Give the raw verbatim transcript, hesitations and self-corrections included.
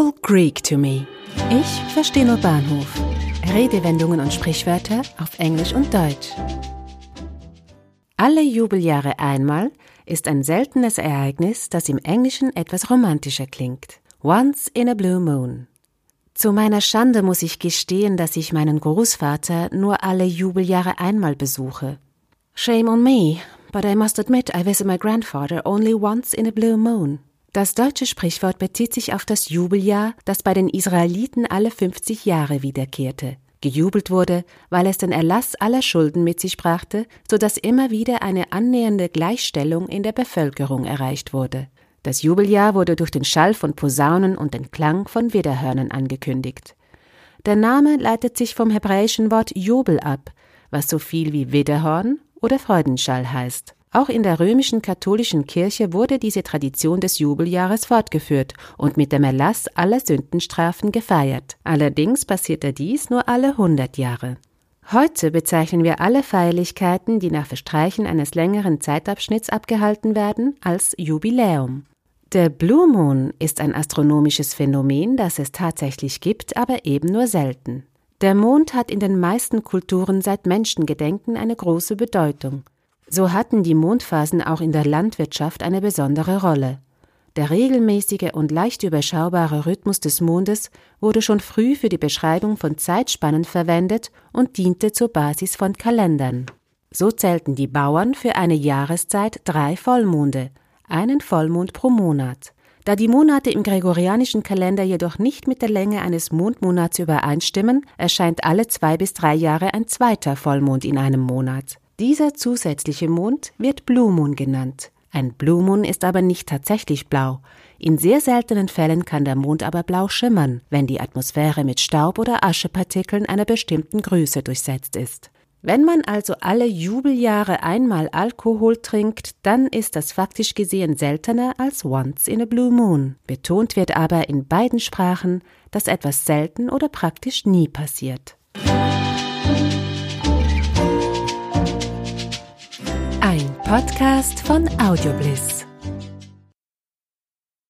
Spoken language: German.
all Greek to me. Ich verstehe nur Bahnhof. Redewendungen und Sprichwörter auf Englisch und Deutsch. Alle Jubeljahre einmal ist ein seltenes Ereignis, das im Englischen etwas romantischer klingt. Once in a blue moon. Zu meiner Schande muss ich gestehen, dass ich meinen Großvater nur alle Jubeljahre einmal besuche. Shame on me, but I must admit I visit my grandfather only once in a blue moon. Das deutsche Sprichwort bezieht sich auf das Jubeljahr, das bei den Israeliten alle fünfzig Jahre wiederkehrte. Gejubelt wurde, weil es den Erlass aller Schulden mit sich brachte, sodass immer wieder eine annähernde Gleichstellung in der Bevölkerung erreicht wurde. Das Jubeljahr wurde durch den Schall von Posaunen und den Klang von Widderhörnern angekündigt. Der Name leitet sich vom hebräischen Wort Jobel ab, was so viel wie Widderhorn oder Freudenschall heißt. Auch in der römischen katholischen Kirche wurde diese Tradition des Jubeljahres fortgeführt und mit dem Erlass aller Sündenstrafen gefeiert. Allerdings passierte dies nur alle hundert Jahre. Heute bezeichnen wir alle Feierlichkeiten, die nach Verstreichen eines längeren Zeitabschnitts abgehalten werden, als Jubiläum. Der Blue Moon ist ein astronomisches Phänomen, das es tatsächlich gibt, aber eben nur selten. Der Mond hat in den meisten Kulturen seit Menschengedenken eine große Bedeutung. So hatten die Mondphasen auch in der Landwirtschaft eine besondere Rolle. Der regelmäßige und leicht überschaubare Rhythmus des Mondes wurde schon früh für die Beschreibung von Zeitspannen verwendet und diente zur Basis von Kalendern. So zählten die Bauern für eine Jahreszeit drei Vollmonde, einen Vollmond pro Monat. Da die Monate im gregorianischen Kalender jedoch nicht mit der Länge eines Mondmonats übereinstimmen, erscheint alle zwei bis drei Jahre ein zweiter Vollmond in einem Monat. Dieser zusätzliche Mond wird Blue Moon genannt. Ein Blue Moon ist aber nicht tatsächlich blau. In sehr seltenen Fällen kann der Mond aber blau schimmern, wenn die Atmosphäre mit Staub oder Aschepartikeln einer bestimmten Größe durchsetzt ist. Wenn man also alle Jubeljahre einmal Alkohol trinkt, dann ist das faktisch gesehen seltener als once in a blue moon. Betont wird aber in beiden Sprachen, dass etwas selten oder praktisch nie passiert. Ein Podcast von Audiobliss.